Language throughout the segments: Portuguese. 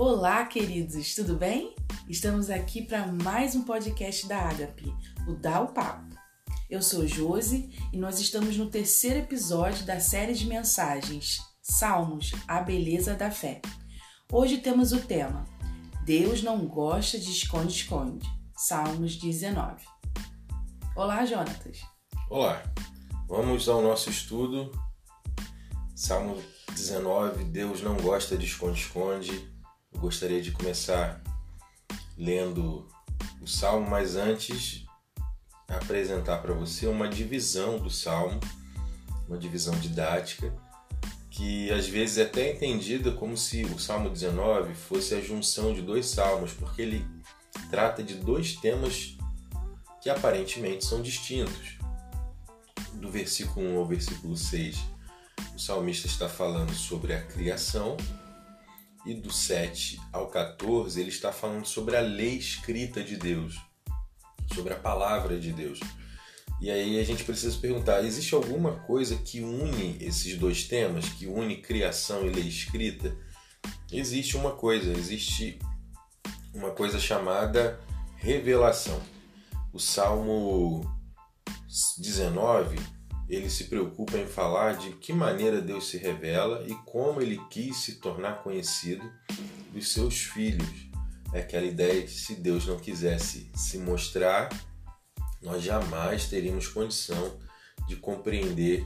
Olá, queridos, tudo bem? Estamos aqui para mais um podcast da Ágape, o Dá o Papo. Eu sou Josi e nós estamos no terceiro episódio da série de mensagens Salmos, a beleza da fé. Hoje temos o tema Deus não gosta de esconde-esconde, Salmos 19. Olá, Jonatas. Olá, vamos ao nosso estudo. Salmo 19, Deus não gosta de esconde-esconde. Eu gostaria de começar lendo o Salmo, mas antes apresentar para você uma divisão do Salmo, uma divisão didática, que às vezes é até entendida como se o Salmo 19 fosse a junção de dois salmos, porque ele trata de dois temas que aparentemente são distintos. Do versículo 1 ao versículo 6, o salmista está falando sobre a criação, e do 7 ao 14 ele está falando sobre a lei escrita de Deus, sobre a palavra de Deus. E aí a gente precisa perguntar, existe alguma coisa que une esses dois temas, que une criação e lei escrita? Existe uma coisa chamada revelação. O Salmo 19, ele se preocupa em falar de que maneira Deus se revela e como ele quis se tornar conhecido dos seus filhos. É aquela ideia que se Deus não quisesse se mostrar, nós jamais teríamos condição de compreender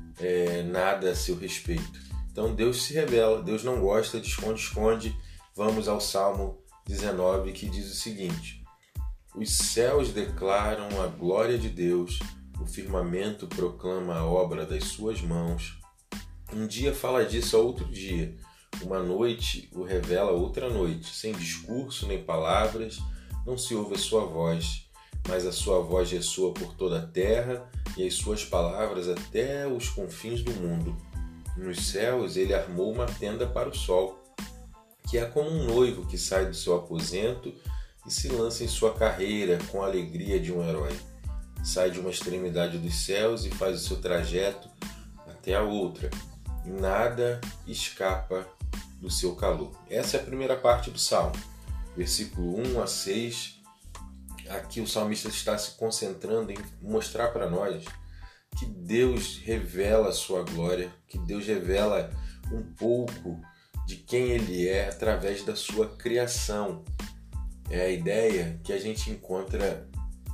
nada a seu respeito. Então Deus se revela, Deus não gosta de esconde-esconde. Vamos ao Salmo 19, que diz o seguinte: os céus declaram a glória de Deus, o firmamento proclama a obra das suas mãos. Um dia fala disso a outro dia, uma noite o revela a outra noite. Sem discurso nem palavras, não se ouve a sua voz, mas a sua voz ressoa por toda a terra e as suas palavras até os confins do mundo. Nos céus ele armou uma tenda para o sol, que é como um noivo que sai do seu aposento e se lança em sua carreira com a alegria de um herói. Sai de uma extremidade dos céus e faz o seu trajeto até a outra. E nada escapa do seu calor. Essa é a primeira parte do Salmo. Versículo 1 a 6. Aqui o salmista está se concentrando em mostrar para nós que Deus revela a sua glória, que Deus revela um pouco de quem Ele é através da sua criação. É a ideia que a gente encontra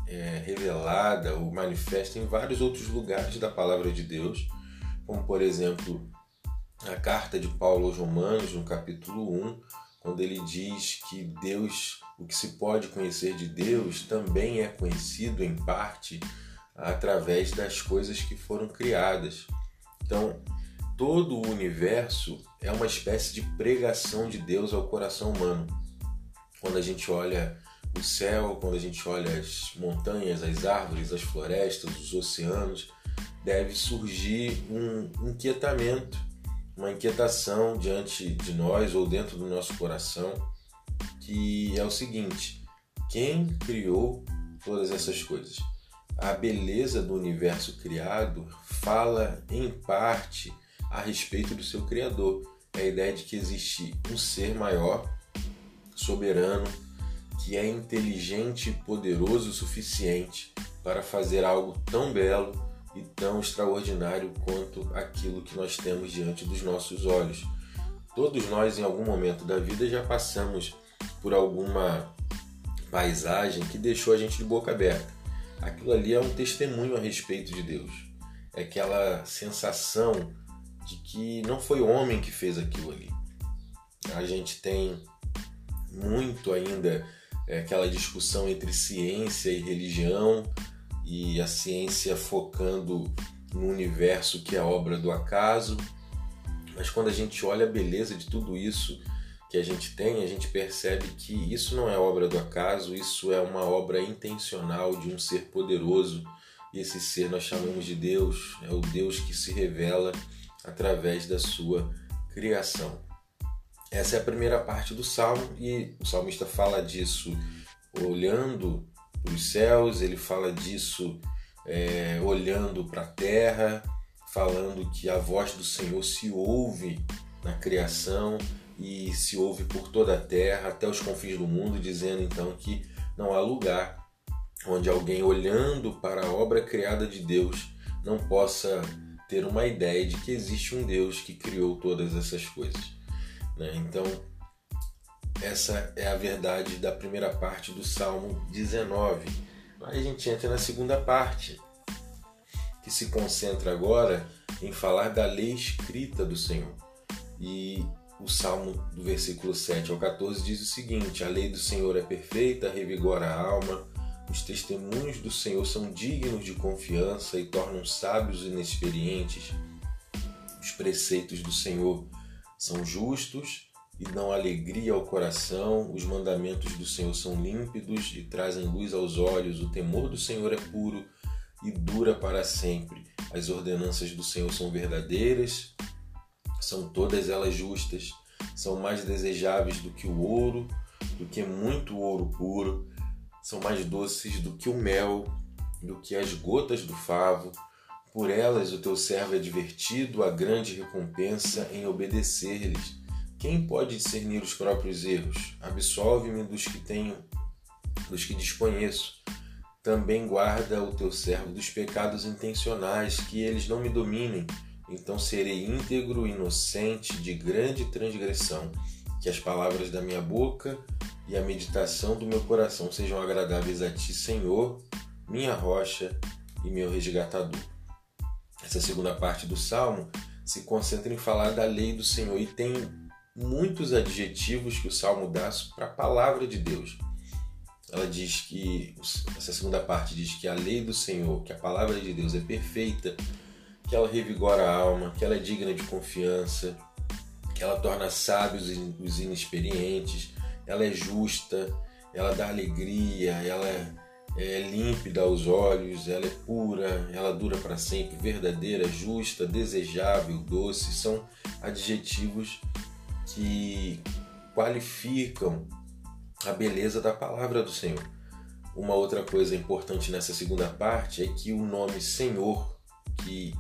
revelada ou manifesta em vários outros lugares da palavra de Deus, como por exemplo a carta de Paulo aos Romanos, no capítulo 1, quando ele diz que Deus, o que se pode conhecer de Deus também é conhecido em parte através das coisas que foram criadas. Então, todo o universo é uma espécie de pregação de Deus ao coração humano. Quando a gente olha o céu, quando a gente olha as montanhas, as árvores, as florestas, os oceanos, deve surgir um inquietamento, uma inquietação diante de nós ou dentro do nosso coração, que é o seguinte: quem criou todas essas coisas? A beleza do universo criado fala em parte a respeito do seu Criador. É a ideia de que existe um ser maior, soberano, que é inteligente e poderoso o suficiente para fazer algo tão belo e tão extraordinário quanto aquilo que nós temos diante dos nossos olhos. Todos nós, em algum momento da vida, já passamos por alguma paisagem que deixou a gente de boca aberta. Aquilo ali é um testemunho a respeito de Deus. É aquela sensação de que não foi o homem que fez aquilo ali. A gente tem muito ainda aquela discussão entre ciência e religião, e a ciência focando no universo que é obra do acaso. Mas quando a gente olha a beleza de tudo isso que a gente tem, a gente percebe que isso não é obra do acaso, isso é uma obra intencional de um ser poderoso, e esse ser nós chamamos de Deus, é o Deus que se revela através da sua criação. Essa é a primeira parte do Salmo, e o salmista fala disso olhando para os céus, ele fala disso olhando para a terra, falando que a voz do Senhor se ouve na criação, e se ouve por toda a terra, até os confins do mundo, dizendo então que não há lugar onde alguém olhando para a obra criada de Deus não possa ter uma ideia de que existe um Deus que criou todas essas coisas, né? Então, essa é a verdade da primeira parte do Salmo 19. Aí a gente entra na segunda parte, que se concentra agora em falar da lei escrita do Senhor. E o Salmo do versículo 7 ao 14 diz o seguinte: a lei do Senhor é perfeita, revigora a alma, os testemunhos do Senhor são dignos de confiança e tornam sábios os inexperientes. Os preceitos do Senhor são justos e dão alegria ao coração, os mandamentos do Senhor são límpidos e trazem luz aos olhos, o temor do Senhor é puro e dura para sempre. As ordenanças do Senhor são verdadeiras, são todas elas justas, são mais desejáveis do que o ouro, do que muito ouro puro, são mais doces do que o mel, do que as gotas do favo. Por elas o teu servo é divertido, há grande recompensa em obedecer-lhes. Quem pode discernir os próprios erros? Absolve-me dos que desconheço. Também guarda o teu servo dos pecados intencionais, que eles não me dominem. Então serei íntegro, inocente, de grande transgressão. Que as palavras da minha boca e a meditação do meu coração sejam agradáveis a ti, Senhor, minha rocha e meu resgatador. Essa segunda parte do Salmo se concentra em falar da lei do Senhor e tem muitos adjetivos que o Salmo dá para a palavra de Deus. Ela diz que, essa segunda parte diz que a lei do Senhor, que a palavra de Deus é perfeita, que ela revigora a alma, que ela é digna de confiança, que ela torna sábios os inexperientes, ela é justa, ela dá alegria, ela é límpida aos olhos, ela é pura, ela dura para sempre, verdadeira, justa, desejável, doce. São adjetivos que qualificam a beleza da palavra do Senhor. Uma outra coisa importante nessa segunda parte é que o nome Senhor, que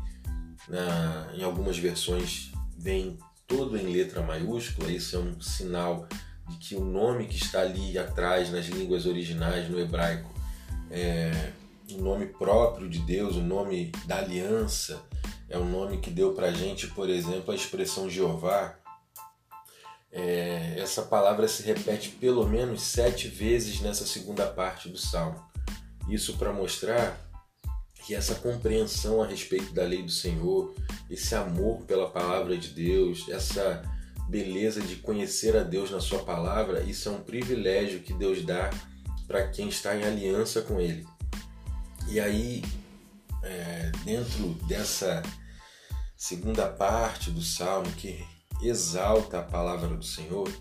em algumas versões vem todo em letra maiúscula, isso é um sinal de que o nome que está ali atrás nas línguas originais, no hebraico, é o nome próprio de Deus, o nome da aliança, é o nome que deu para a gente, por exemplo, a expressão Jeová. Essa palavra se repete pelo menos 7 vezes nessa segunda parte do Salmo. Isso para mostrar que essa compreensão a respeito da lei do Senhor, esse amor pela palavra de Deus, essa beleza de conhecer a Deus na sua palavra, isso é um privilégio que Deus dá para quem está em aliança com Ele. E aí, dentro dessa segunda parte do Salmo, que exalta a palavra do Senhor,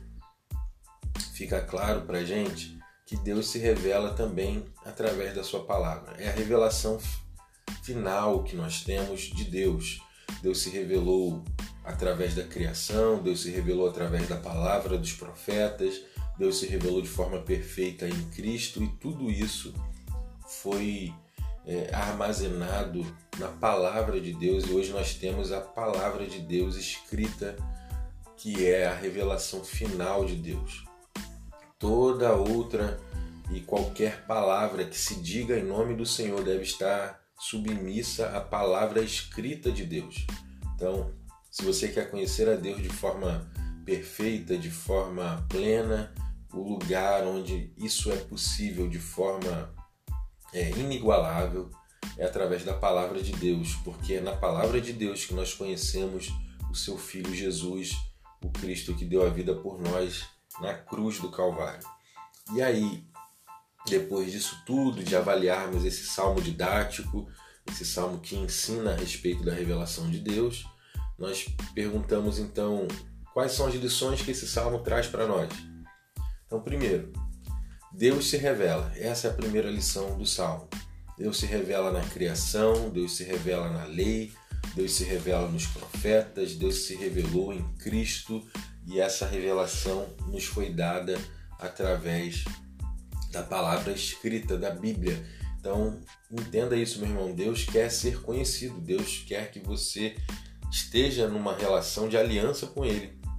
fica claro para a gente que Deus se revela também através da sua palavra. É a revelação final que nós temos de Deus. Deus se revelou através da criação, Deus se revelou através da palavra dos profetas, Deus se revelou de forma perfeita em Cristo, e tudo isso foi armazenado na palavra de Deus, e hoje nós temos a palavra de Deus escrita, que é a revelação final de Deus. Toda outra e qualquer palavra que se diga em nome do Senhor deve estar submissa à palavra escrita de Deus. Então, se você quer conhecer a Deus de forma perfeita, de forma plena, o lugar onde isso é possível de forma inigualável é através da palavra de Deus, porque é na palavra de Deus que nós conhecemos o seu Filho Jesus, o Cristo que deu a vida por nós na cruz do Calvário. E aí, depois disso tudo, de avaliarmos esse salmo didático, esse salmo que ensina a respeito da revelação de Deus, nós perguntamos então quais são as lições que esse salmo traz para nós. Então, primeiro, Deus se revela. Essa é a primeira lição do salmo. Deus se revela na criação, Deus se revela na lei, Deus se revela nos profetas, Deus se revelou em Cristo, e essa revelação nos foi dada através da palavra escrita, da Bíblia. Então, entenda isso, meu irmão. Deus quer ser conhecido, Deus quer que você esteja numa relação de aliança com Ele.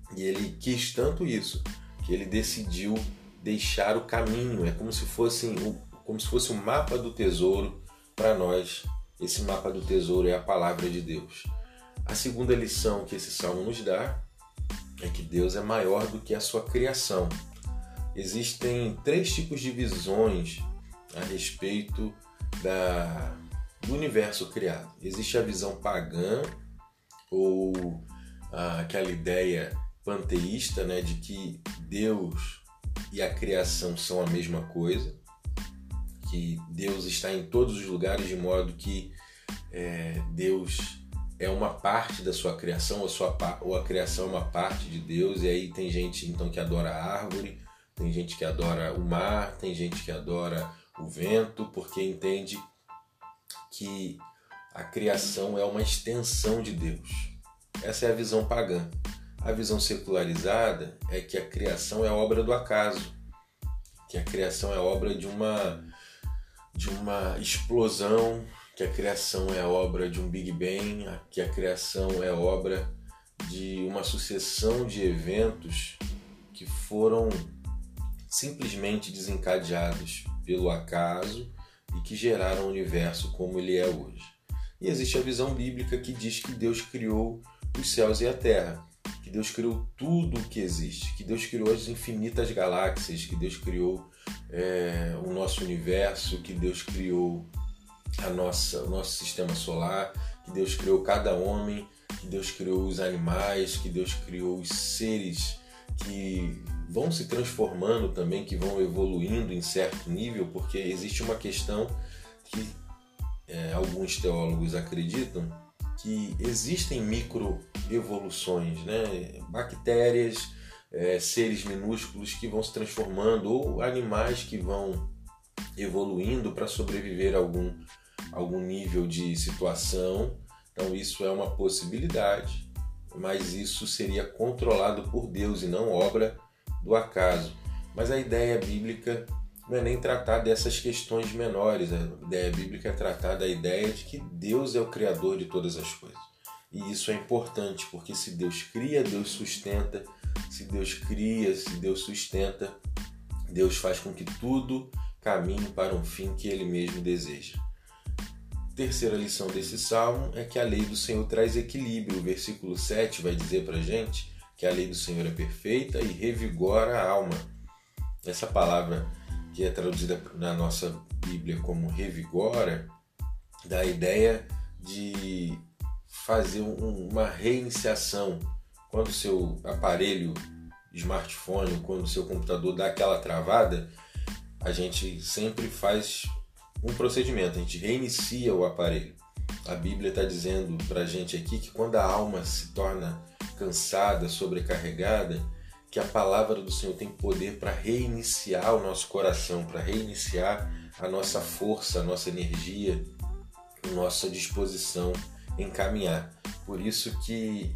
E ele quis tanto isso, que ele decidiu deixar o caminho. É como se fosse um mapa do tesouro para nós. Esse mapa do tesouro é a palavra de Deus. A segunda lição que esse salmo nos dá é que Deus é maior do que a sua criação. Existem 3 tipos de visões a respeito do universo criado. Existe a visão pagã, ou aquela ideia panteísta, né, de que Deus e a criação são a mesma coisa, que Deus está em todos os lugares, de modo que Deus é uma parte da sua criação, ou a criação é uma parte de Deus. E aí tem gente então que adora a árvore, tem gente que adora o mar, tem gente que adora o vento, porque entende que a criação é uma extensão de Deus. Essa é a visão pagã. A visão secularizada é que a criação é obra do acaso, que a criação é obra de uma explosão, que a criação é obra de um Big Bang, que a criação é obra de uma sucessão de eventos que foram simplesmente desencadeados pelo acaso e que geraram o universo como ele é hoje. E existe a visão bíblica que diz que Deus criou os céus e a terra, que Deus criou tudo o que existe, que Deus criou as infinitas galáxias, que Deus criou o nosso universo, que Deus criou o nosso sistema solar, que Deus criou cada homem, que Deus criou os animais, que Deus criou os seres que vão se transformando também, que vão evoluindo em certo nível, porque existe uma questão que alguns teólogos acreditam que existem microevoluções, né? Bactérias, seres minúsculos que vão se transformando, ou animais que vão evoluindo para sobreviver a algum nível de situação. Então isso é uma possibilidade, mas isso seria controlado por Deus e não obra do acaso. Mas a ideia bíblica não é nem tratar dessas questões menores. A ideia bíblica é tratar da ideia de que Deus é o criador de todas as coisas. E isso é importante, porque se Deus cria, Deus sustenta. Se Deus cria, se Deus sustenta, Deus faz com que tudo caminhe para um fim que Ele mesmo deseja. Terceira lição desse salmo é que a lei do Senhor traz equilíbrio. O versículo 7 vai dizer para a gente que a lei do Senhor é perfeita e revigora a alma. Essa palavra, que é traduzida na nossa Bíblia como revigora, dá a ideia de fazer uma reiniciação. Quando o seu aparelho, smartphone, quando o seu computador dá aquela travada, a gente sempre faz um procedimento, a gente reinicia o aparelho. A Bíblia está dizendo para a gente aqui que quando a alma se torna cansada, sobrecarregada, que a palavra do Senhor tem poder para reiniciar o nosso coração, para reiniciar a nossa força, a nossa energia, a nossa disposição em caminhar. Por isso que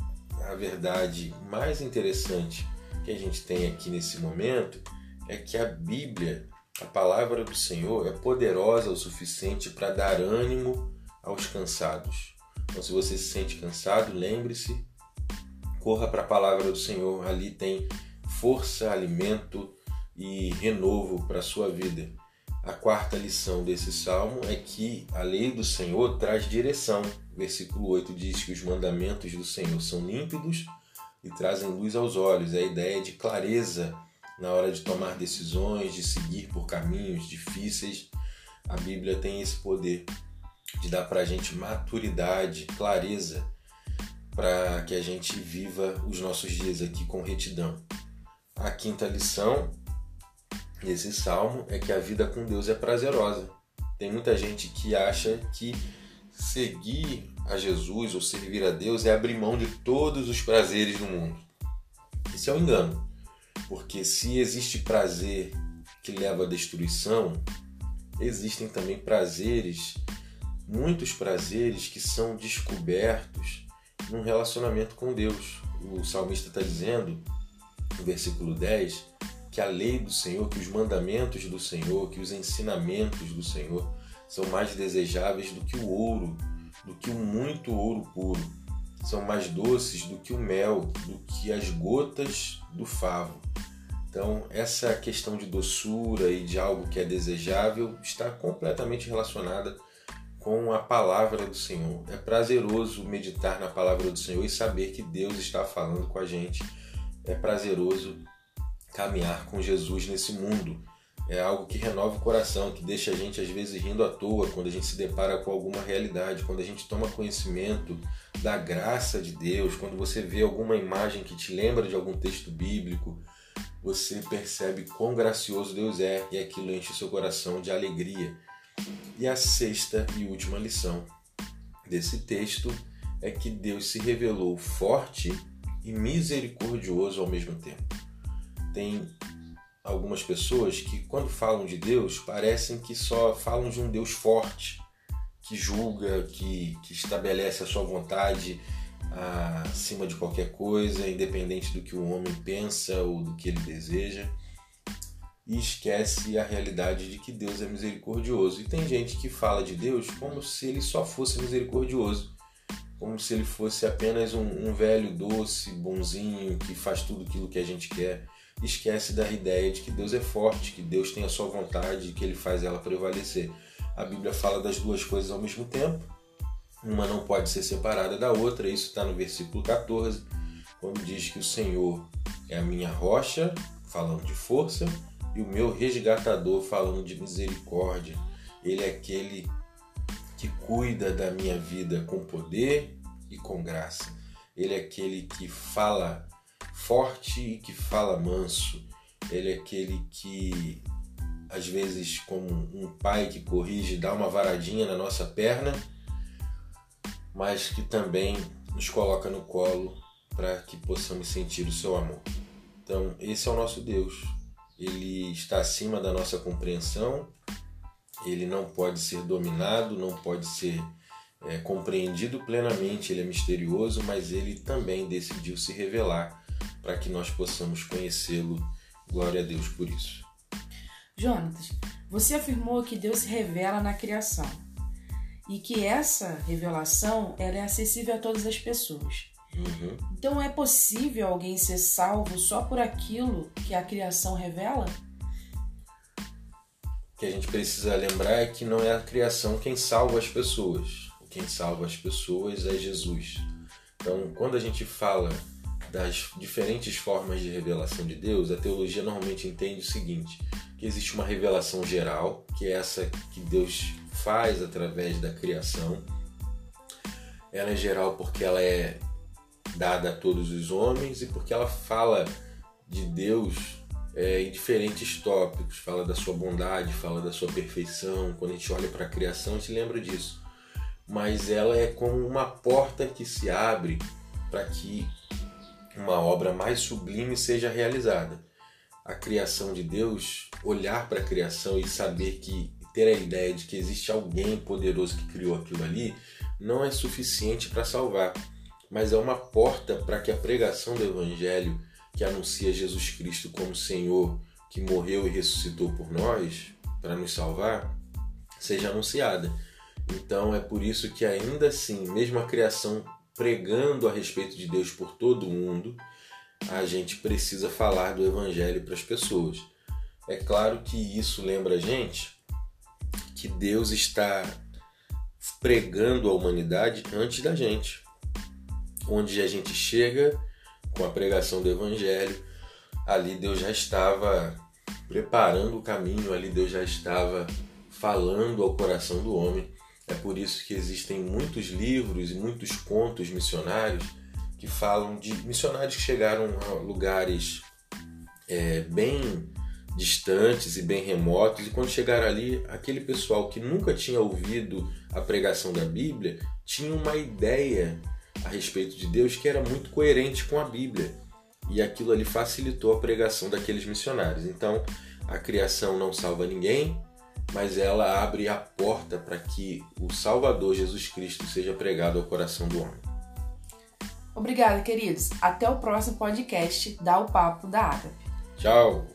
a verdade mais interessante que a gente tem aqui nesse momento é que a Bíblia, a palavra do Senhor, é poderosa o suficiente para dar ânimo aos cansados. Então, se você se sente cansado, lembre-se, corra para a palavra do Senhor. Ali tem força, alimento e renovo para a sua vida. A quarta lição desse salmo é que a lei do Senhor traz direção. Versículo 8 diz que os mandamentos do Senhor são límpidos e trazem luz aos olhos. É a ideia de clareza na hora de tomar decisões, de seguir por caminhos difíceis. A Bíblia tem esse poder de dar para a gente maturidade, clareza, para que a gente viva os nossos dias aqui com retidão. A quinta lição desse salmo é que a vida com Deus é prazerosa. Tem muita gente que acha que seguir a Jesus ou servir a Deus é abrir mão de todos os prazeres do mundo. Isso é um engano, porque se existe prazer que leva à destruição, existem também prazeres, muitos prazeres que são descobertos num relacionamento com Deus. O salmista está dizendo, no versículo 10, que a lei do Senhor, que os mandamentos do Senhor, que os ensinamentos do Senhor são mais desejáveis do que o ouro, do que o muito ouro puro. são mais doces do que o mel, do que as gotas do favo. Então, essa questão de doçura e de algo que é desejável está completamente relacionada com a palavra do Senhor. É prazeroso meditar na palavra do Senhor e saber que Deus está falando com a gente. É prazeroso caminhar com Jesus nesse mundo. É algo que renova o coração, que deixa a gente às vezes rindo à toa quando a gente se depara com alguma realidade, quando a gente toma conhecimento da graça de Deus, quando você vê alguma imagem que te lembra de algum texto bíblico, você percebe quão gracioso Deus é e aquilo enche o seu coração de alegria. E a sexta e última lição desse texto é que Deus se revelou forte e misericordioso ao mesmo tempo. Tem algumas pessoas que, quando falam de Deus, parecem que só falam de um Deus forte, que julga, que estabelece a sua vontade acima de qualquer coisa, independente do que o homem pensa ou do que ele deseja, e esquece a realidade de que Deus é misericordioso. E tem gente que fala de Deus como se ele só fosse misericordioso, como se ele fosse apenas um velho doce, bonzinho, que faz tudo aquilo que a gente quer. Esquece da ideia de que Deus é forte, que Deus tem a sua vontade e que ele faz ela prevalecer. A Bíblia fala das duas coisas ao mesmo tempo. Uma não pode ser separada da outra. Isso está no versículo 14, quando diz que o Senhor é a minha rocha, falando de força, e o meu resgatador, falando de misericórdia. Ele é aquele que cuida da minha vida com poder e com graça. Ele é aquele que fala forte e que fala manso. Ele é aquele que, às vezes, como um pai que corrige, dá uma varadinha na nossa perna, mas que também nos coloca no colo para que possamos sentir o seu amor. Então, esse é o nosso Deus. Ele está acima da nossa compreensão, ele não pode ser dominado, não pode ser compreendido plenamente, ele é misterioso, mas ele também decidiu se revelar para que nós possamos conhecê-lo. Glória a Deus por isso. Jonatas, você afirmou que Deus se revela na criação e que essa revelação ela é acessível a todas as pessoas. Uhum. Então é possível alguém ser salvo só por aquilo que a criação revela? O que a gente precisa lembrar é que não é a criação quem salva as pessoas. Quem salva as pessoas é Jesus. Então, quando a gente fala das diferentes formas de revelação de Deus, a teologia normalmente entende o seguinte, que existe uma revelação geral, que é essa que Deus faz através da criação. Ela é geral porque ela é dada a todos os homens e porque ela fala de Deus em diferentes tópicos, fala da sua bondade, fala da sua perfeição. Quando a gente olha para a criação, a gente lembra disso. Mas ela é como uma porta que se abre para que uma obra mais sublime seja realizada. A criação de Deus, olhar para a criação e saber que, ter a ideia de que existe alguém poderoso que criou aquilo ali, não é suficiente para salvar, mas é uma porta para que a pregação do Evangelho, que anuncia Jesus Cristo como Senhor, que morreu e ressuscitou por nós, para nos salvar, seja anunciada. Então é por isso que ainda assim, mesmo a criação pregando a respeito de Deus por todo o mundo, a gente precisa falar do Evangelho para as pessoas. É claro que isso lembra a gente que Deus está pregando a humanidade antes da gente. Onde a gente chega com a pregação do Evangelho, ali Deus já estava preparando o caminho, ali Deus já estava falando ao coração do homem. É por isso que existem muitos livros e muitos contos missionários que falam de missionários que chegaram a lugares bem distantes e bem remotos, e quando chegaram ali, aquele pessoal que nunca tinha ouvido a pregação da Bíblia tinha uma ideia a respeito de Deus que era muito coerente com a Bíblia, e aquilo ali facilitou a pregação daqueles missionários. Então, a criação não salva ninguém, mas ela abre a porta para que o Salvador Jesus Cristo seja pregado ao coração do homem. Obrigada, queridos. Até o próximo podcast Dá o Papo da Ágape. Tchau!